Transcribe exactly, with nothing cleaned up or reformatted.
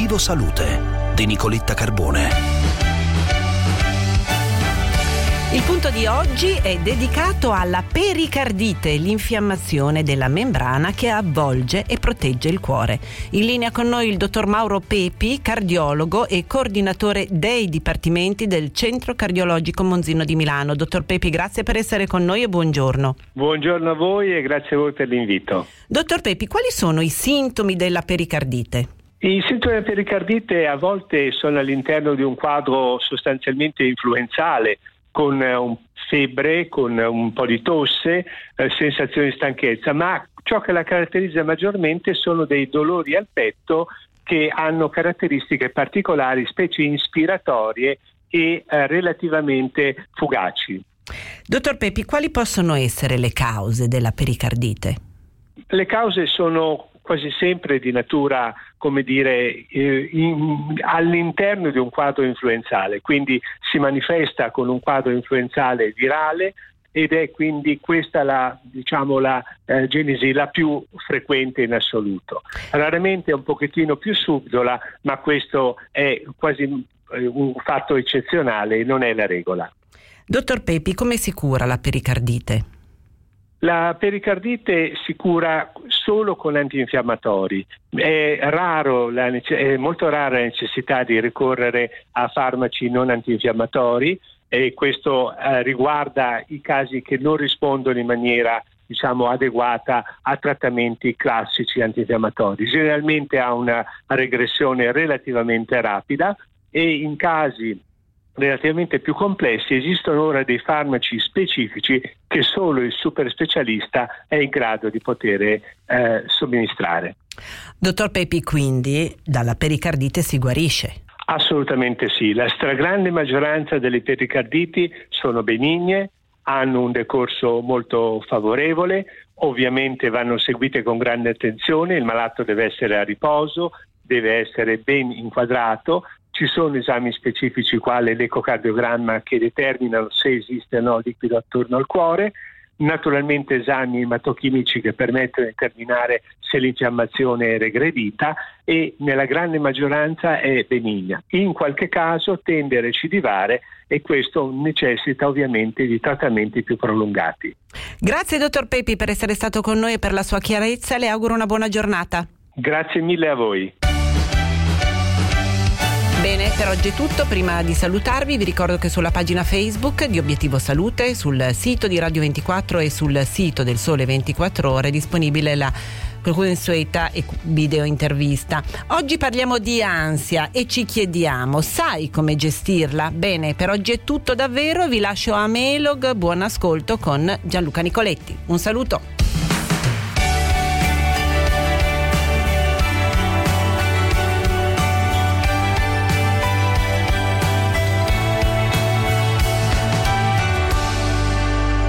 Obiettivo Salute di Nicoletta Carbone. Il punto di oggi è dedicato alla pericardite, l'infiammazione della membrana che avvolge e protegge il cuore. In linea con noi il dottor Mauro Pepi, cardiologo e coordinatore dei dipartimenti del Centro Cardiologico Monzino di Milano. Dottor Pepi, grazie per essere con noi e buongiorno. Buongiorno a voi e grazie a voi per l'invito. Dottor Pepi, quali sono i sintomi della pericardite? I sintomi della pericardite a volte sono all'interno di un quadro sostanzialmente influenzale, con un febbre, con un po' di tosse, eh, sensazione di stanchezza, ma ciò che la caratterizza maggiormente sono dei dolori al petto che hanno caratteristiche particolari, specie ispiratorie e eh, relativamente fugaci. Dottor Pepi, quali possono essere le cause della pericardite? Le cause sono quasi sempre di natura, come dire, eh, in, all'interno di un quadro influenzale, quindi si manifesta con un quadro influenzale virale ed è quindi questa la, diciamo, la eh, genesi la più frequente in assoluto. Raramente è un pochettino più subdola, ma questo è quasi eh, un fatto eccezionale e non è la regola. Dottor Pepi, come si cura la pericardite? La pericardite si cura solo con antinfiammatori. È, raro la, è molto rara la necessità di ricorrere a farmaci non antinfiammatori e questo eh, riguarda i casi che non rispondono in maniera diciamo adeguata a trattamenti classici antinfiammatori. Generalmente ha una regressione relativamente rapida e in casi relativamente più complessi esistono ora dei farmaci specifici che solo il super specialista è in grado di poter eh, somministrare. Dottor Pepi, quindi dalla pericardite si guarisce? Assolutamente sì, la stragrande maggioranza delle pericarditi sono benigne, hanno un decorso molto favorevole, ovviamente vanno seguite con grande attenzione, il malato deve essere a riposo, deve essere ben inquadrato. Ci sono esami specifici quale l'ecocardiogramma che determinano se esiste o no liquido attorno al cuore, naturalmente esami ematochimici che permettono di determinare se l'infiammazione è regredita e nella grande maggioranza è benigna. In qualche caso tende a recidivare e questo necessita ovviamente di trattamenti più prolungati. Grazie dottor Pepi per essere stato con noi e per la sua chiarezza, le auguro una buona giornata. Grazie mille a voi. Bene, per oggi è tutto. Prima di salutarvi vi ricordo che sulla pagina Facebook di Obiettivo Salute, sul sito di Radio ventiquattro e sul sito del Sole ventiquattro Ore è disponibile la consueta video intervista. Oggi parliamo di ansia e ci chiediamo: sai come gestirla? Bene, per oggi è tutto davvero, vi lascio a Melog, buon ascolto con Gianluca Nicoletti. Un saluto.